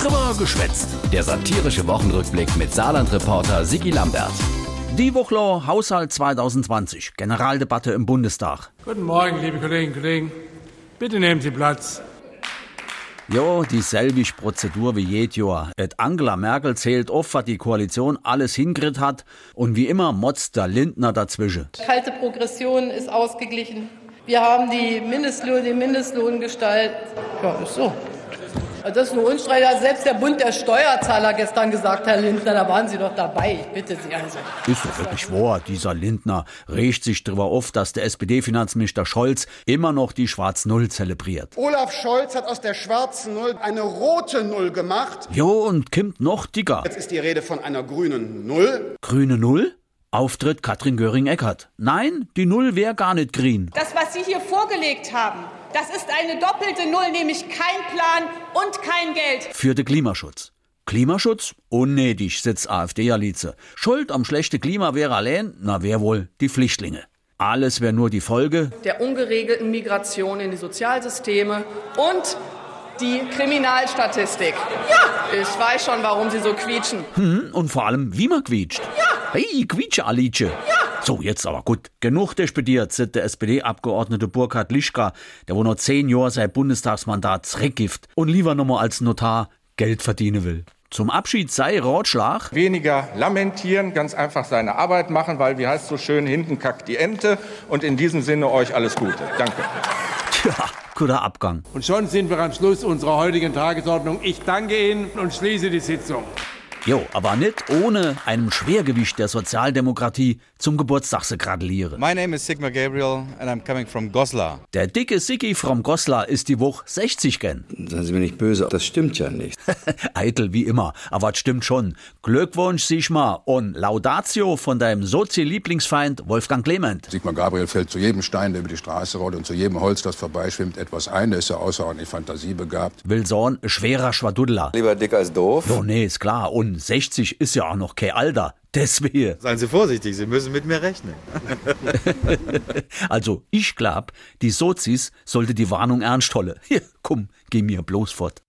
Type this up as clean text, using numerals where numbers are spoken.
Drüber geschwätzt. Der satirische Wochenrückblick mit Saarland-Reporter Sigi Lambert. Die Wochler Haushalt 2020. Generaldebatte im Bundestag. Guten Morgen, liebe Kolleginnen und Kollegen. Bitte nehmen Sie Platz. Jo, dieselbe Prozedur wie jedes Jahr. Et Angela Merkel zählt auf, was die Koalition alles hingekriegt hat. Und wie immer motzt der Lindner dazwischen. Kalte Progression ist ausgeglichen. Wir haben den Mindestlohn gestaltet. Ja, ist so. Das ist nur Unstreitig. Selbst der Bund der Steuerzahler gestern gesagt, Herr Lindner, da waren Sie doch dabei. Ich bitte Sie also. Ist doch wirklich wahr. Dieser Lindner regt sich darüber auf, dass der SPD-Finanzminister Scholz immer noch die Schwarz-Null zelebriert. Olaf Scholz hat aus der schwarzen Null eine rote Null gemacht. Jo, und kimmt noch dicker. Jetzt ist die Rede von einer grünen Null. Grüne Null? Auftritt Katrin Göring-Eckardt. Nein, die Null wäre gar nicht grün. Das, was Sie hier vorgelegt haben, das ist eine doppelte Null, nämlich kein Plan und kein Geld. Für den Klimaschutz. Klimaschutz? Unnötig, sitzt AfD-Alize. Schuld am schlechten Klima wäre allein, na wer wohl, die Flüchtlinge. Alles wäre nur die Folge Der ungeregelten Migration in die Sozialsysteme und die Kriminalstatistik. Ja, ich weiß schon, warum Sie so quietschen. Und vor allem, wie man quietscht. Ja. Hey, quietsche Alice. Ja. So, jetzt aber gut. Genug disputiert, sagt der SPD-Abgeordnete Burkhard Lischka, der wohl noch 10 Jahre sein Bundestagsmandat zurückgibt und lieber nochmal als Notar Geld verdienen will. Zum Abschied sei Ratschlag: Weniger lamentieren, ganz einfach seine Arbeit machen, weil, wie heißt so schön, hinten kackt die Ente. Und in diesem Sinne euch alles Gute. Danke. Tja, guter Abgang. Und schon sind wir am Schluss unserer heutigen Tagesordnung. Ich danke Ihnen und schließe die Sitzung. Jo, aber nicht ohne einem Schwergewicht der Sozialdemokratie zum Geburtstag zu gratulieren. My name is Sigmar Gabriel and I'm coming from Goslar. Der dicke Siggi vom Goslar ist die Woche 60 gen. Seien Sie mir nicht böse, das stimmt ja nicht. Eitel wie immer, aber es stimmt schon. Glückwunsch, Sigmar, und Laudatio von deinem Sozi-Lieblingsfeind Wolfgang Clement. Sigmar Gabriel fällt zu jedem Stein, der über die Straße rollt, und zu jedem Holz, das vorbeischwimmt, etwas ein. Der ist ja außerordentlich fantasiebegabt. Will so ein schwerer Schwaduddler. Lieber dick als doof. Jo, nee, ist klar. Und 60 ist ja auch noch kein Alter. Deswegen. Seien Sie vorsichtig, Sie müssen mit mir rechnen. Also, ich glaub, die Sozis sollte die Warnung ernst holen. Hier, komm, geh mir bloß fort.